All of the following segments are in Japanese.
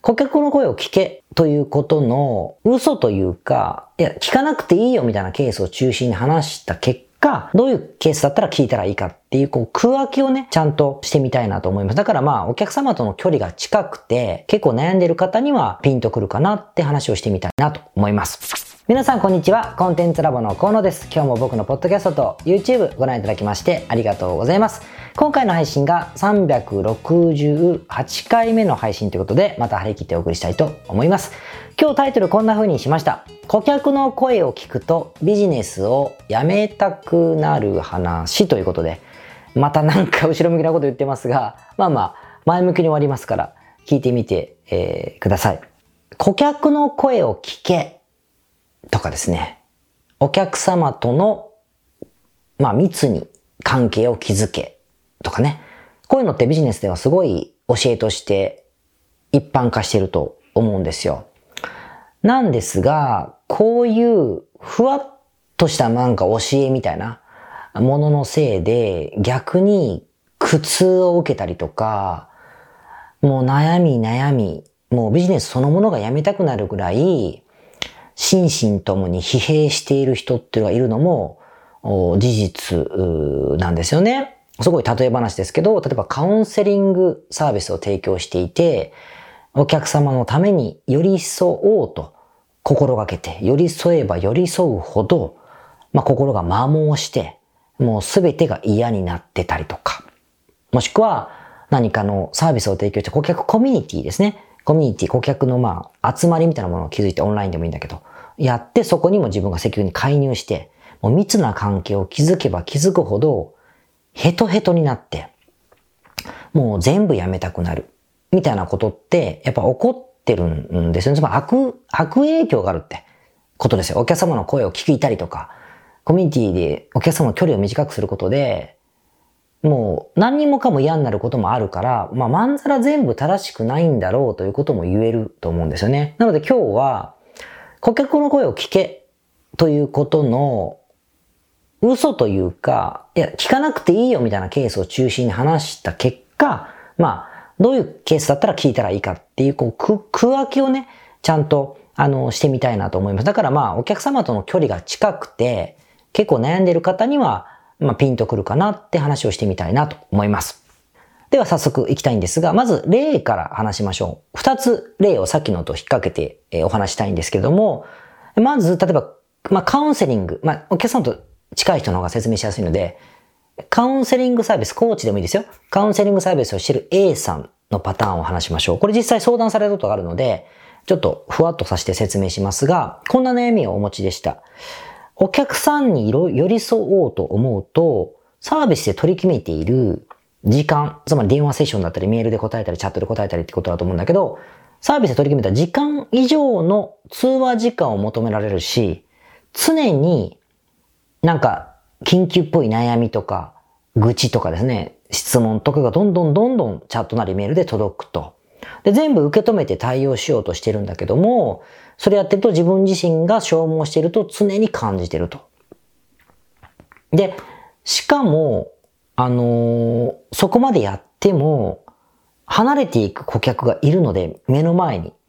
顧客の声を聞けということの嘘というか、聞かなくていいよみたいなケースを中心に話した結果、どういうケースだったら聞いたらいいかっていう、区分けをね、ちゃんとしてみたいなと思います。だからお客様との距離が近くて、結構悩んでる方にはピンとくるかなって話をしてみたいなと思います。皆さんこんにちは。コンテンツラボの河野です。今日も僕のポッドキャストと YouTube ご覧いただきましてありがとうございます。今回の配信が368回目の配信ということで、また張り切ってお送りしたいと思います。今日タイトルこんな風にしました。顧客の声を聞くとビジネスをやめたくなる話ということで、またなんか後ろ向きなこと言ってますが、前向きに終わりますから聞いてみて、ください。顧客の声を聞けとかですね、お客様との密に関係を築けとかね、こういうのってビジネスではすごい教えとして一般化していると思うんですよ。なんですが、こういうふわっとした教えみたいなもののせいで逆に苦痛を受けたりとか、もう悩み、もうビジネスそのものがやめたくなるぐらい心身ともに疲弊している人っていうのがいるのも事実なんですよね。すごい例え話ですけど、例えばカウンセリングサービスを提供していて、お客様のために寄り添おうと心がけて、寄り添えば寄り添うほど、心が摩耗して、もうすべてが嫌になってたりとか、もしくは何かのサービスを提供して顧客コミュニティですね。コミュニティ、顧客の集まりみたいなものを築いてオンラインでもいいんだけど、やってそこにも自分が積極に介入して、もう密な関係を築けば築くほど、ヘトヘトになって、もう全部やめたくなる。みたいなことって、やっぱ起こってるんですよね。つまり悪影響があるってことですよ。お客様の声を聞いたりとか、コミュニティでお客様の距離を短くすることで、もう何人もかも嫌になることもあるから、まんざら全部正しくないんだろうということも言えると思うんですよね。なので今日は、顧客の声を聞けということの嘘というか、聞かなくていいよみたいなケースを中心に話した結果、どういうケースだったら聞いたらいいかっていう、区分けをね、ちゃんと、してみたいなと思います。だからお客様との距離が近くて、結構悩んでいる方には、ピンとくるかなって話をしてみたいなと思います。では早速行きたいんですが、まず例から話しましょう。2つ例をさっきのと引っ掛けて、お話したいんですけれども、まず、例えば、カウンセリング。お客様と近い人の方が説明しやすいので、カウンセリングサービス、コーチでもいいですよ。カウンセリングサービスをしている A さんのパターンを話しましょう。これ実際相談されたことがあるので、ちょっとふわっとさせて説明しますが、こんな悩みをお持ちでした。お客さんに寄り添おうと思うと、サービスで取り決めている時間、つまり電話セッションだったりメールで答えたりチャットで答えたりってことだと思うんだけど、サービスで取り決めた時間以上の通話時間を求められるし、常に緊急っぽい悩みとか、愚痴とかですね、質問とかがどんどんチャットなりメールで届くと。で、全部受け止めて対応しようとしてるんだけども、それやってると自分自身が消耗していると常に感じてると。で、しかも、そこまでやっても、離れていく顧客がいるので、目の前に、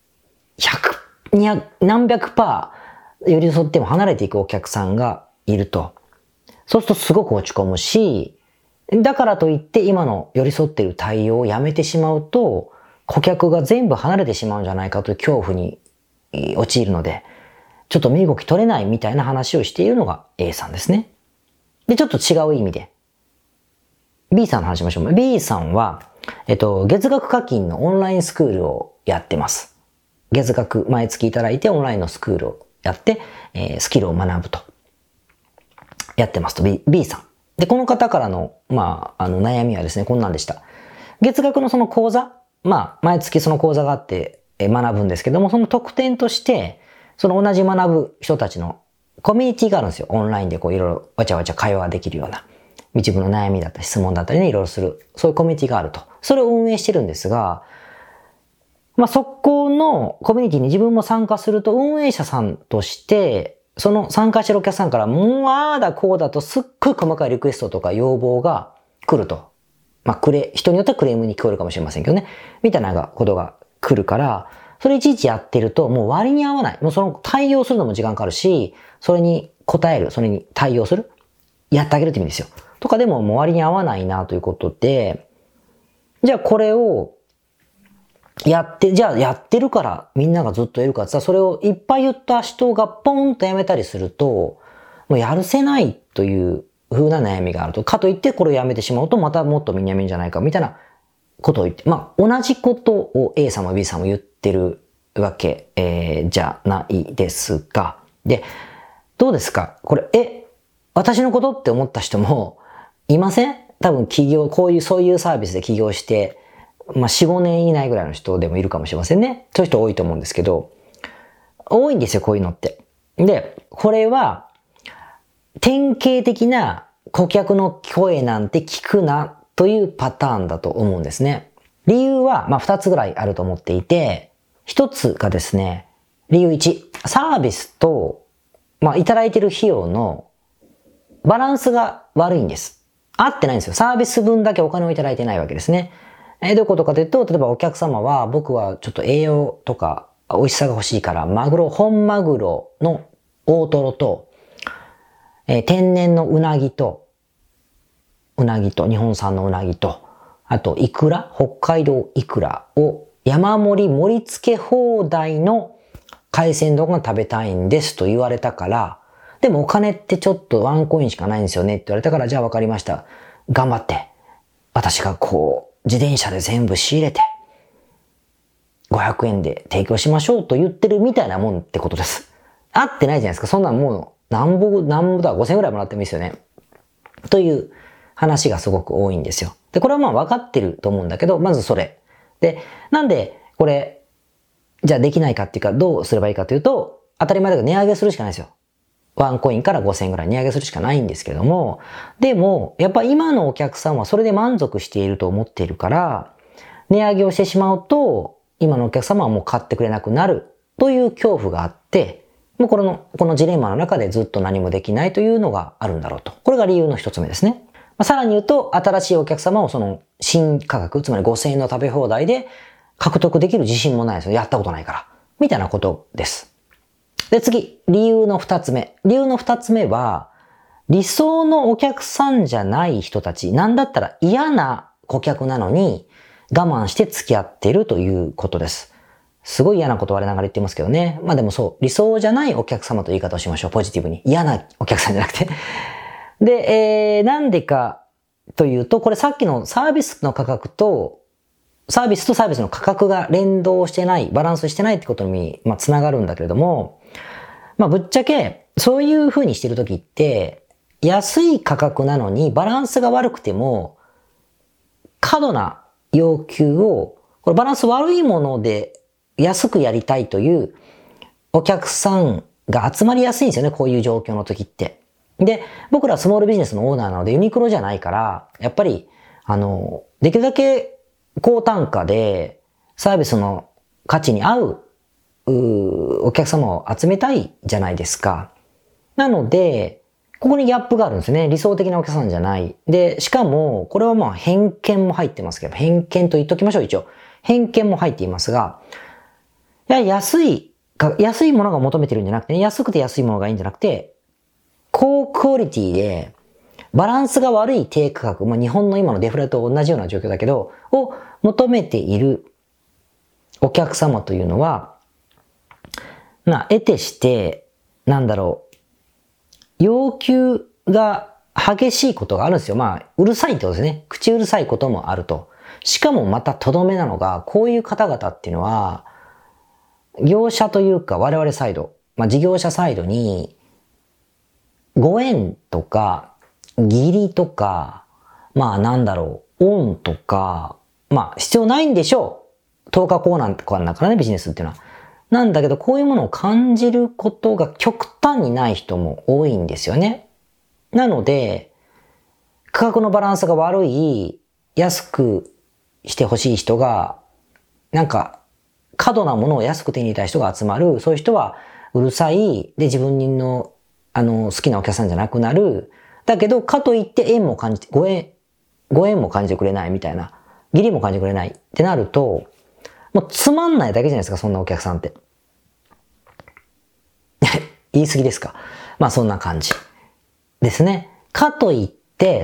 何百パー寄り添っても離れていくお客さんがいると。そうするとすごく落ち込むし、だからといって今の寄り添っている対応をやめてしまうと、顧客が全部離れてしまうんじゃないかという恐怖に陥るので、ちょっと身動き取れないみたいな話をしているのが A さんですね。で、ちょっと違う意味で B さんの話しましょう。B さんは、月額課金のオンラインスクールをやってます。月額毎月いただいてオンラインのスクールをやって、スキルを学ぶと。やってますと B さん。で、この方からの、悩みはですね、こんなんでした。月額のその講座、毎月その講座があって学ぶんですけども、その特典として、その同じ学ぶ人たちのコミュニティがあるんですよ。オンラインでいろいろわちゃわちゃ会話できるような。自分の悩みだったり質問だったりね、いろいろする。そういうコミュニティがあると。それを運営してるんですが、そこのコミュニティに自分も参加すると運営者さんとして、その参加してるお客さんからもうああだこうだとすっごい細かいリクエストとか要望が来ると。人によってはクレームに聞こえるかもしれませんけどね。みたいなことが来るから、それいちいちやってるともう割に合わない。もうその対応するのも時間かかるし、それに応える、それに対応する。やってあげるって意味ですよ。とかでももう割に合わないなということで、じゃあこれをじゃあやってるからみんながずっといるからさ、それをいっぱい言った人がポンとやめたりすると、もうやるせないという風な悩みがあると。かといってこれをやめてしまうとまたもっとみんなやめるんじゃないかみたいなことを言って、同じことを A さんも B さんも言ってるわけ、じゃないですが。で、どうですかこれ、私のことって思った人もいません？多分そういうサービスで起業して、4、5年以内ぐらいの人でもいるかもしれませんね。そういう人多いと思うんですけど、多いんですよ、こういうのって。で、これは、典型的な顧客の声なんて聞くなというパターンだと思うんですね。理由は、2つぐらいあると思っていて、1つがですね、理由1、サービスと、いただいている費用のバランスが悪いんです。合ってないんですよ。サービス分だけお金をいただいてないわけですね。どういうことかというと、例えばお客様は僕はちょっと栄養とか美味しさが欲しいから、本マグロの大トロと、天然のうなぎと、日本産のうなぎと、あとイクラ、北海道イクラを山盛り付け放題の海鮮丼が食べたいんですと言われたから、でもお金ってちょっとワンコインしかないんですよねって言われたから、じゃあわかりました。頑張って、私が自転車で全部仕入れて、500円で提供しましょうと言ってるみたいなもんってことです。合ってないじゃないですか。そんなんもう、なんぼだ、5000円ぐらいもらってもいいですよね。という話がすごく多いんですよ。で、これは分かってると思うんだけど、まずそれ。で、なんで、これ、じゃあできないかっていうか、どうすればいいかというと、当たり前だけど値上げするしかないですよ。ワンコインから5000円ぐらい値上げするしかないんですけれども、でも、やっぱ今のお客さんはそれで満足していると思っているから、値上げをしてしまうと、今のお客様はもう買ってくれなくなるという恐怖があって、もうこのジレンマの中でずっと何もできないというのがあるんだろうと。これが理由の一つ目ですね。さらに言うと、新しいお客様をその新価格、つまり5000円の食べ放題で獲得できる自信もないですよ。やったことないから。みたいなことです。で、次、理由の二つ目。理由の二つ目は、理想のお客さんじゃない人たち、なんだったら嫌な顧客なのに我慢して付き合ってるということです。すごい嫌なことを我ながら言ってますけどね。でもそう、理想じゃないお客様という言い方をしましょう。ポジティブに。嫌なお客さんじゃなくて。で、なんでかというと、これさっきのサービスの価格と、サービスの価格が連動してない、バランスしてないってことに、つながるんだけれども、ぶっちゃけ、そういう風にしてるときって、安い価格なのにバランスが悪くても、過度な要求を、これバランス悪いもので安くやりたいというお客さんが集まりやすいんですよね、こういう状況の時って。で、僕らスモールビジネスのオーナーなのでユニクロじゃないから、やっぱり、できるだけ高単価でサービスの価値に合うお客様を集めたいじゃないですか。なので、ここにギャップがあるんですね。理想的なお客さんじゃない。で、しかも、これは偏見も入ってますけど、偏見と言っときましょう、一応。偏見も入っていますが、安いものが求めてるんじゃなくて、安くて安いものがいいんじゃなくて、高クオリティで、バランスが悪い低価格、日本の今のデフレと同じような状況だけど、を求めているお客様というのは、得てして、要求が激しいことがあるんですよ。うるさいってことですね。口うるさいこともあると。しかもまたとどめなのが、こういう方々っていうのは、業者というか我々サイド、事業者サイドに、ご縁とか、義理とか、恩とか、必要ないんでしょう。10日コーナーとかだからね、ビジネスっていうのは。なんだけど、こういうものを感じることが極端にない人も多いんですよね。なので、価格のバランスが悪い、安くしてほしい人が、過度なものを安く手に入れたい人が集まる。そういう人はうるさい。で、自分の、好きなお客さんじゃなくなる。だけど、かといって縁も感じて、ご縁も感じてくれないみたいな。義理も感じてくれないってなると、 もうつまんないだけじゃないですか、そんなお客さんって。言い過ぎですか。まあそんな感じですね。かといって、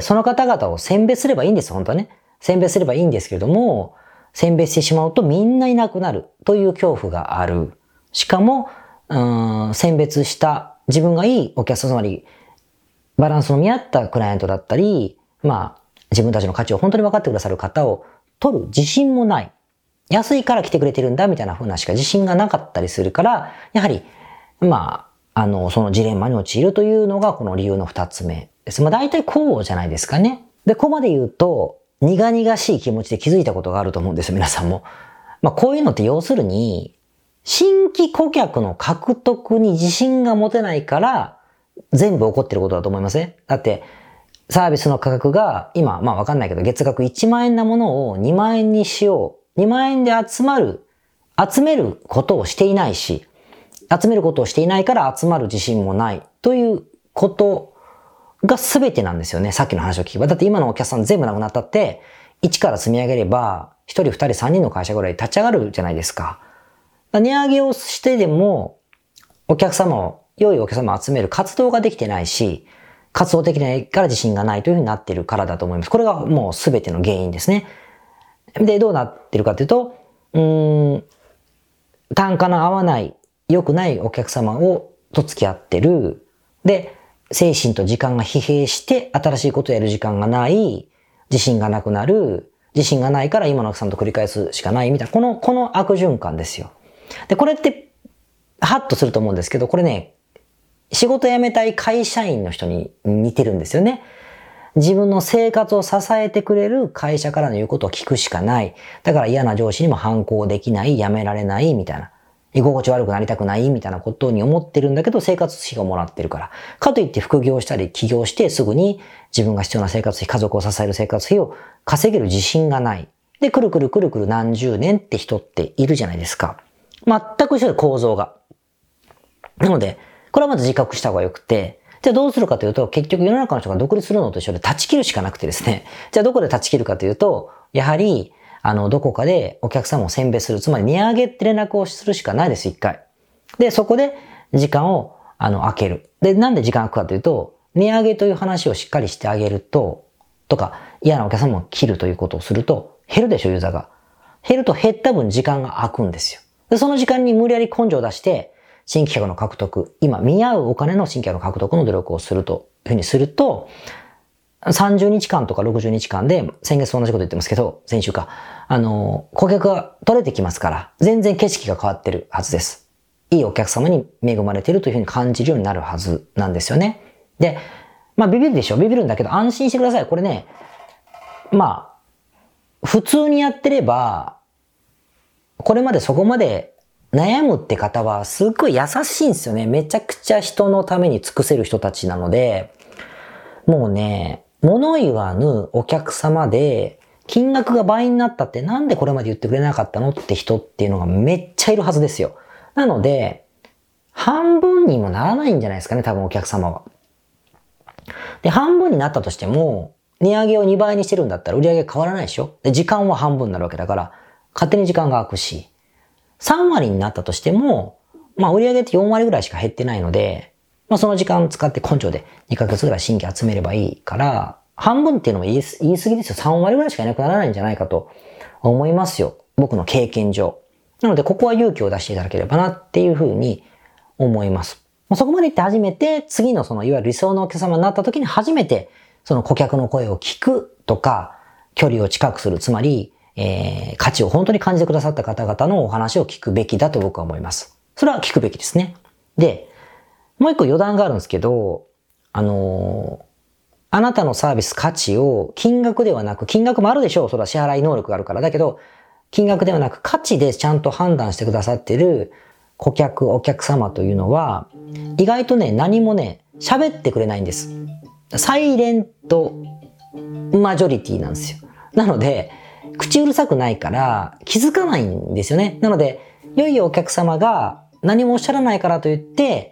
その方々を選別すればいいんです、本当はね。選別すればいいんですけれども、選別してしまうとみんないなくなるという恐怖がある。しかも、選別した自分がいいお客さん、つまりバランスの見合ったクライアントだったり、まあ自分たちの価値を本当に分かってくださる方を取る自信もない。安いから来てくれてるんだみたいな風なしか自信がなかったりするから、やはり、まあ、そのジレンマに陥るというのがこの理由の二つ目です。まあ大体こうじゃないですかね。で、ここまで言うと、苦々しい気持ちで気づいたことがあると思うんですよ、皆さんも。まあこういうのって要するに、新規顧客の獲得に自信が持てないから全部起こってることだと思いますね。だって、サービスの価格が今、まあわかんないけど月額1万円なものを2万円にしよう。2万円で集めることをしていないし、集めることをしていないから集まる自信もないということが全てなんですよね。さっきの話を聞けば。だって今のお客さん全部なくなったって、1から積み上げれば、1人、2人、3人の会社ぐらい立ち上がるじゃないですか。値上げをしてでも、良いお客様を集める活動ができてないし、活動的ないから自信がないというふうになっているからだと思います。これがもう全ての原因ですね。で、どうなってるかというと、単価の合わない、良くないお客様と付き合ってる。で、精神と時間が疲弊して新しいことをやる時間がない、自信がなくなる、自信がないから今のお客さんと繰り返すしかないみたいな、この悪循環ですよ。で、これって、ハッとすると思うんですけど、これね、仕事辞めたい会社員の人に似てるんですよね。自分の生活を支えてくれる会社からの言うことを聞くしかない。だから嫌な上司にも反抗できない、辞められない、みたいな。居心地悪くなりたくない、みたいなことに思ってるんだけど、生活費がもらってるから。かといって副業したり起業してすぐに自分が必要な生活費、家族を支える生活費を稼げる自信がない。で、くるくるくるくる何十年って人っているじゃないですか。全く一緒で構造が。なので、これはまず自覚した方がよくて、じゃあどうするかというと、結局世の中の人が独立するのと一緒で断ち切るしかなくてですね。じゃあどこで断ち切るかというと、やはり、どこかでお客様を選別する。つまり値上げって連絡をするしかないです、一回。で、そこで時間を、空ける。で、なんで時間空くかというと、値上げという話をしっかりしてあげると、とか、嫌なお客様を切るということをすると、減るでしょ、ユーザーが。減ると減った分時間が空くんですよ。で、その時間に無理やり根性を出して、新規客の獲得、今見合うお金の新規客の獲得の努力をするというふうにすると、30日間とか60日間で、先月と同じこと言ってますけど、先週か、顧客が取れてきますから、全然景色が変わってるはずです。いいお客様に恵まれているというふうに感じるようになるはずなんですよね。で、まあビビるでしょ、ビビるんだけど安心してください。これね、まあ、普通にやってれば、これまでそこまで悩むって方はすっごい優しいんですよね。めちゃくちゃ人のために尽くせる人たちなので、もうね、物言わぬお客様で、金額が倍になったってなんでこれまで言ってくれなかったのって人っていうのがめっちゃいるはずですよ。なので、半分にもならないんじゃないですかね、多分お客様は。で、半分になったとしても、値上げを2倍にしてるんだったら売り上げ変わらないでしょ。で、時間は半分になるわけだから、勝手に時間が空くし、3割になったとしても、まあ売り上げって4割ぐらいしか減ってないので、まあその時間を使って根性で2ヶ月ぐらい新規集めればいいから、半分っていうのも言い過ぎですよ。3割ぐらいしかいなくならないんじゃないかと思いますよ。僕の経験上。なのでここは勇気を出していただければなっていうふうに思います。そこまで行って初めて次のそのいわゆる理想のお客様になった時に初めてその顧客の声を聞くとか距離を近くする。つまり、価値を本当に感じてくださった方々のお話を聞くべきだと僕は思います。それは聞くべきですね。で、もう一個余談があるんですけど、あなたのサービス価値を金額ではなく、金額もあるでしょう。それは支払い能力があるから。だけど、金額ではなく価値でちゃんと判断してくださっているお客様というのは、意外とね、何もね、喋ってくれないんです。サイレントマジョリティなんですよ。なので、口うるさくないから気づかないんですよね。なので、良いお客様が何もおっしゃらないからといって、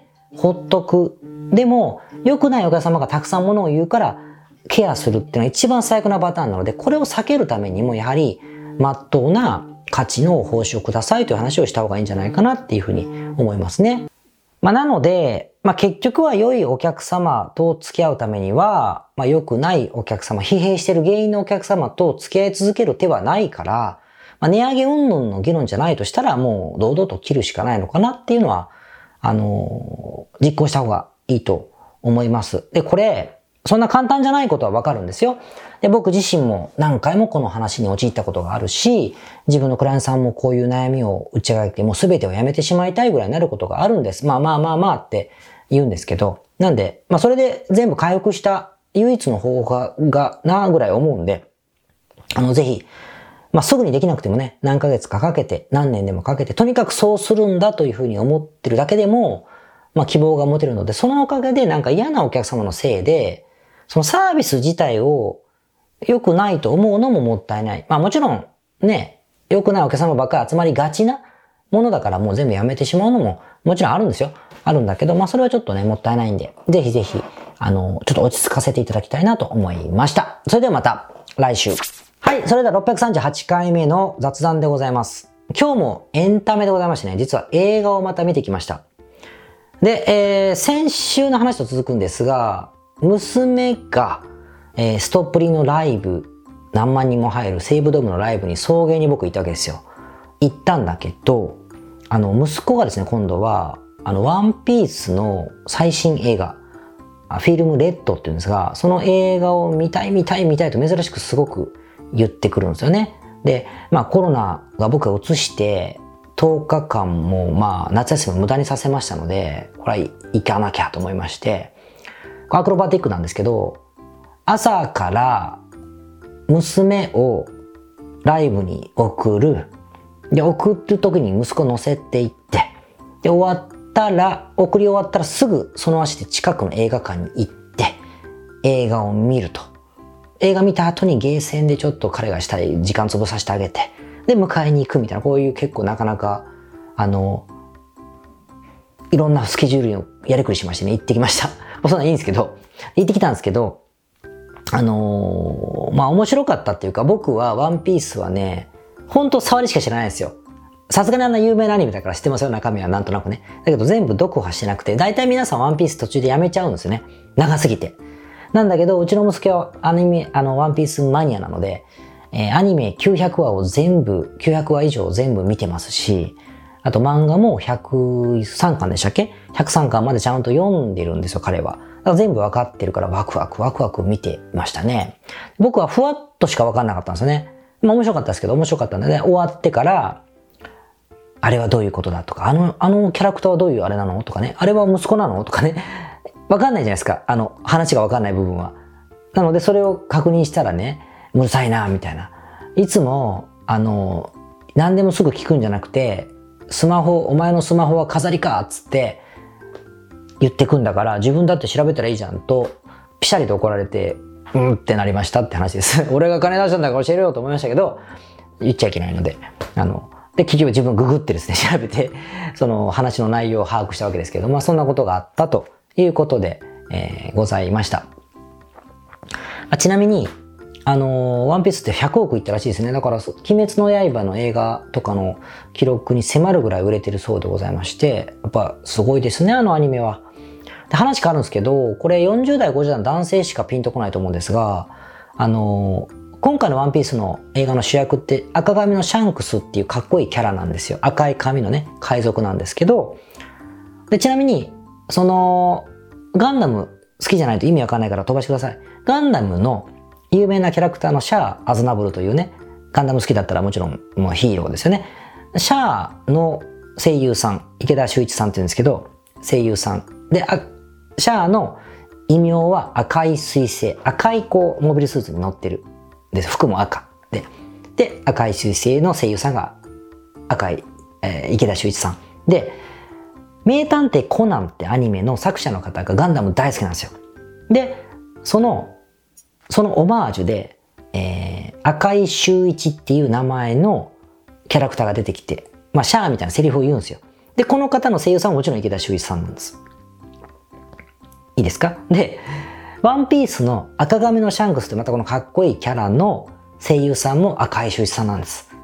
ほっとく。でも、良くないお客様がたくさんものを言うからケアするっていうのは一番最悪なパターンなので、これを避けるためにもやはり、真っ当な価値の報酬をくださいという話をした方がいいんじゃないかなっていうふうに思いますね。なので、結局は良いお客様と付き合うためには、良くないお客様、疲弊している原因のお客様と付き合い続ける手はないから、値上げ云々の議論じゃないとしたら、もう堂々と切るしかないのかなっていうのは、実行した方がいいと思います。で、これ、そんな簡単じゃないことはわかるんですよ。で、僕自身も何回もこの話に陥ったことがあるし、自分のクライアントさんもこういう悩みを打ち明けて、もう全てをやめてしまいたいぐらいになることがあるんです。まあって言うんですけど。なんで、それで全部回復した唯一の方法がなぐらい思うんで、ぜひ、すぐにできなくてもね、何ヶ月かかけて、何年でもかけて、とにかくそうするんだというふうに思ってるだけでも、希望が持てるので、そのおかげでなんか嫌なお客様のせいで、そのサービス自体を良くないと思うのももったいない。もちろんね、良くないお客様ばっかり集まりがちなものだからもう全部やめてしまうのももちろんあるんですよ。あるんだけど、それはちょっとね、もったいないんで、ぜひぜひ、ちょっと落ち着かせていただきたいなと思いました。それではまた来週。はい、それでは638回目の雑談でございます。今日もエンタメでございましてね、実は映画をまた見てきました。で、先週の話と続くんですが、娘が、ストップリのライブ、何万人も入る西武ドームのライブに送迎に僕行ったわけですよ。行ったんだけど、息子がですね、今度は、ワンピースの最新映画、フィルムレッドっていうんですが、その映画を見たいと珍しくすごく言ってくるんですよね。で、コロナが僕が移して、10日間も夏休みを無駄にさせましたので、これは行かなきゃと思いまして、アクロバティックなんですけど、朝から娘をライブに送る。で、送る時に息子乗せていって、で、送り終わったらすぐその足で近くの映画館に行って、映画を見ると。映画見た後にゲーセンでちょっと彼がしたい時間潰させてあげて、で、迎えに行くみたいな、こういう結構なかなか、いろんなスケジュールをやりくりしましてね、行ってきました。そんなんいいんですけど、行ってきたんですけど、面白かったっていうか、僕はワンピースはね、ほんと触りしか知らないんですよ。さすがにあんな有名なアニメだから知ってますよ、中身はなんとなくね。だけど全部読破してなくて、大体皆さんワンピース途中でやめちゃうんですよね。長すぎて。なんだけど、うちの息子はワンピースマニアなので、アニメ900話以上全部見てますし、あと漫画も103巻でしたっけ ?103 巻までちゃんと読んでるんですよ、彼は。だから全部わかってるからワクワク見てましたね。僕はふわっとしかわかんなかったんですよね。面白かったですけど、面白かったんでね、終わってから、あれはどういうことだとか、あのキャラクターはどういうあれなのとかね、あれは息子なのとかね、わかんないじゃないですか。話がわかんない部分は。なので、それを確認したらね、うるさいな、みたいな。いつも、何でもすぐ聞くんじゃなくて、お前のスマホは飾りかっつって言ってくんだから、自分だって調べたらいいじゃんと、ピシャリと怒られて、ってなりましたって話です。俺が金出したんだから教えろよと思いましたけど、言っちゃいけないので。で、結局自分ググってですね、調べて、その話の内容を把握したわけですけど、そんなことがあったということで、ございました。ちなみに、ワンピースって100億いったらしいですね。だから、鬼滅の刃の映画とかの記録に迫るぐらい売れてるそうでございまして、やっぱすごいですね、アニメは。で、話変わるんですけど、これ40代、50代の男性しかピンとこないと思うんですが、今回のワンピースの映画の主役って赤髪のシャンクスっていうかっこいいキャラなんですよ。赤い髪のね、海賊なんですけど、で、ちなみに、ガンダム好きじゃないと意味わかんないから飛ばしてください。ガンダムの有名なキャラクターのシャア・アズナブルというね、ガンダム好きだったらもちろんもうヒーローですよね。シャアの声優さん、池田秀一さんって言うんですけど、声優さん。で、シャアの異名は赤い彗星。赤いモビルスーツに乗ってる。で、服も赤。で、赤い彗星の声優さんが赤い、池田秀一さん。で、名探偵コナンってアニメの作者の方がガンダム大好きなんですよ。で、そのオマージュで、赤井秀一っていう名前のキャラクターが出てきて、シャアみたいなセリフを言うんですよ。で、この方の声優さんはもちろん池田秀一さんなんです。いいですか？で、ワンピースの赤髪のシャンクスってまたこのかっこいいキャラの声優さんも赤井秀一さんなんです。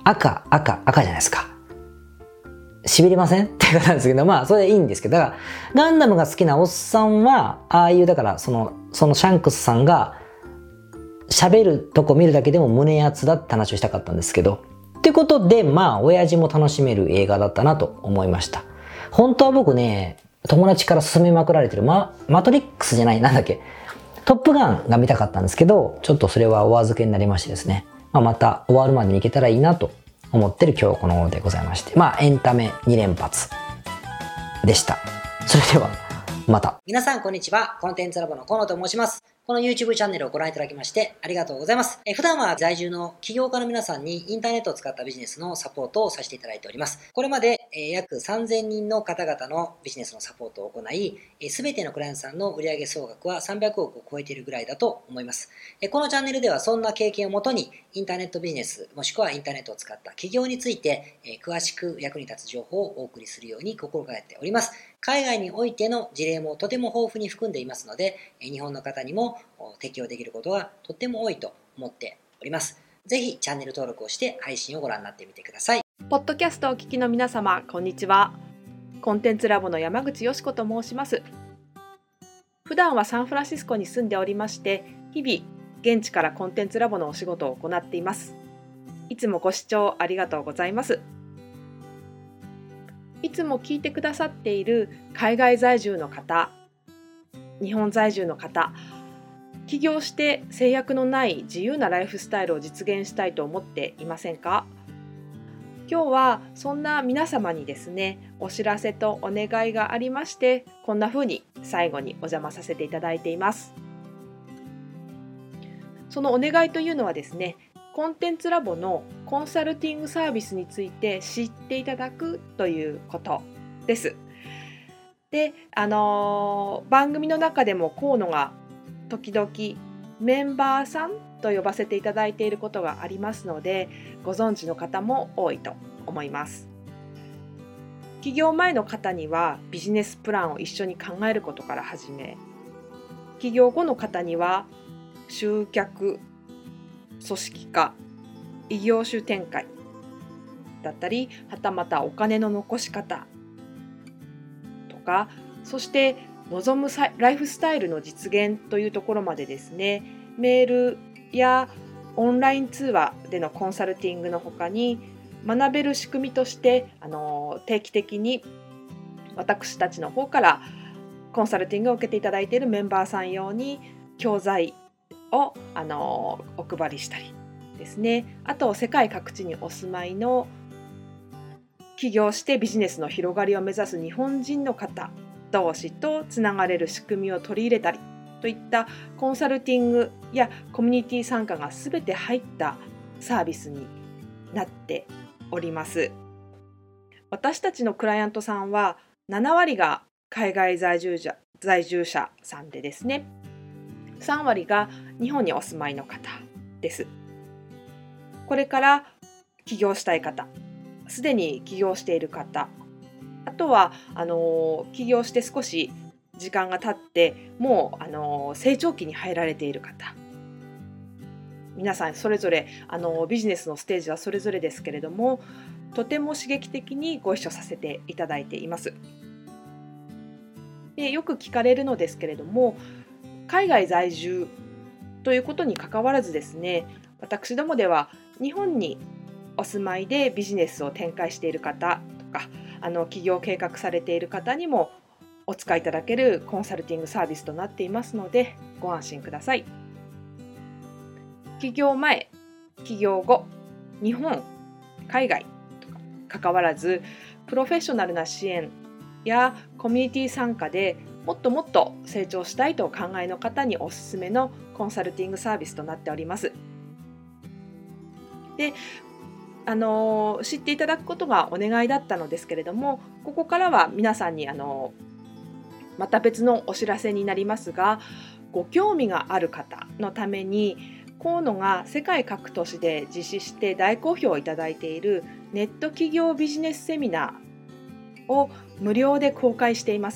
赤じゃないですか。痺れませんっていうことなんですけど、まあそれでいいんですけど、だからガンダムが好きなおっさんはああいう、だからそのシャンクスさんが喋るとこ見るだけでも胸熱だって話をしたかったんですけど、ってことでまあ親父も楽しめる映画だったなと思いました。本当は僕ね、友達から勧めまくられてるマトリックスじゃない、なんだっけ、トップガンが見たかったんですけど、ちょっとそれはお預けになりましてですね、また終わるまでに行けたらいいなと思ってる今日この頃でございまして、エンタメ2連発でした。それではまた。皆さんこんにちは。コンテンツラボの河野と申します。この YouTube チャンネルをご覧いただきましてありがとうございます。普段は在住の起業家の皆さんにインターネットを使ったビジネスのサポートをさせていただいております。これまで約3000人の方々のビジネスのサポートを行い、すべてのクライアントさんの売上総額は300億を超えているぐらいだと思います。このチャンネルではそんな経験をもとにインターネットビジネスもしくはインターネットを使った起業について詳しく役に立つ情報をお送りするように心がけております。海外においての事例もとても豊富に含んでいますので、日本の方にも適用できることがとっても多いと思っております。ぜひチャンネル登録をして配信をご覧になってみてください。 ポッドキャストをお聞きの皆様、こんにちは。コンテンツラボの山口よし子と申します。普段はサンフランシスコに住んでおりまして、日々現地からコンテンツラボのお仕事を行っています。いつもご視聴ありがとうございます。いつも聞いてくださっている海外在住の方、日本在住の方、起業して制約のない自由なライフスタイルを実現したいと思っていませんか？今日はそんな皆様にですね、お知らせとお願いがありまして、こんな風に最後にお邪魔させていただいています。そのお願いというのはですね、コンテンツラボのコンサルティングサービスについて知っていただくということです。で、番組の中でも河野が時々メンバーさんと呼ばせていただいていることがありますので、ご存知の方も多いと思います。起業前の方にはビジネスプランを一緒に考えることから始め、起業後の方には集客、組織化、異業種展開だったり、はたまたお金の残し方とか、そして望むライフスタイルの実現というところまでですね、メールやオンライン通話でのコンサルティングの他に、学べる仕組みとして定期的に私たちの方からコンサルティングを受けていただいているメンバーさん用に教材をお配りしたりですね、あと世界各地にお住まいの起業してビジネスの広がりを目指す日本人の方同士とつながれる仕組みを取り入れたりといったコンサルティングやコミュニティ参加が全て入ったサービスになっております。私たちのクライアントさんは7割が海外在住者さんでですね、3割が日本にお住まいの方です。これから起業したい方、すでに起業している方、あとは起業して少し時間が経ってもう成長期に入られている方、皆さんそれぞれビジネスのステージはそれぞれですけれども、とても刺激的にご一緒させていただいています。で、よく聞かれるのですけれども、海外在住ということにかかわらずですね、私どもでは日本にお住まいでビジネスを展開している方とか、起業計画されている方にもお使いいただけるコンサルティングサービスとなっていますので、ご安心ください。起業前、起業後、日本、海外とかかわらず、プロフェッショナルな支援やコミュニティ参加でもっともっと成長したいとお考えの方におすすめのコンサルティングサービスとなっております。で、知っていただくことがお願いだったのですけれども、ここからは皆さんにまた別のお知らせになりますが、ご興味がある方のために河野が世界各都市で実施して大好評をいただいているネット企業ビジネスセミナーを無料で公開しています。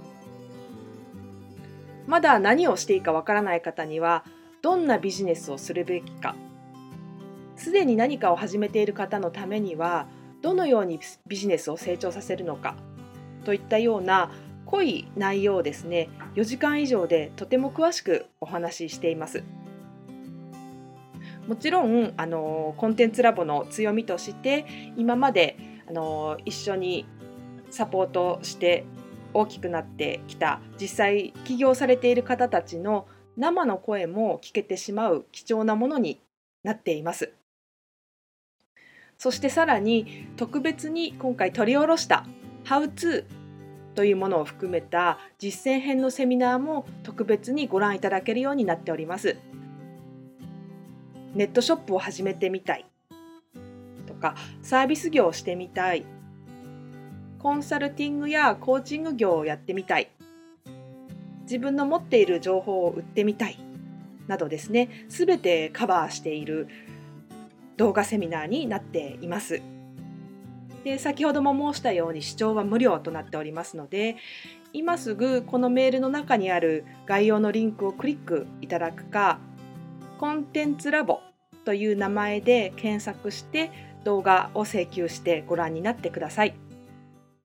まだ何をしていいかわからない方には、どんなビジネスをするべきか、 すでに何かを始めている方のためにはどのようにビジネスを成長させるのかといったような濃い内容をですね、4時間以上でとても詳しくお話ししています。もちろんコンテンツラボの強みとして今まで一緒にサポートして大きくなってきた実際起業されている方たちの生の声も聞けてしまう貴重なものになっています。そしてさらに特別に今回取り下ろした How to というものを含めた実践編のセミナーも特別にご覧いただけるようになっております。ネットショップを始めてみたいとか、サービス業をしてみたい、コンサルティングやコーチング業をやってみたい、自分の持っている情報を売ってみたいなどですね、すべてカバーしている動画セミナーになっています。で、先ほども申したように視聴は無料となっておりますので、今すぐこのメールの中にある概要のリンクをクリックいただくか、コンテンツラボという名前で検索して動画を請求してご覧になってください。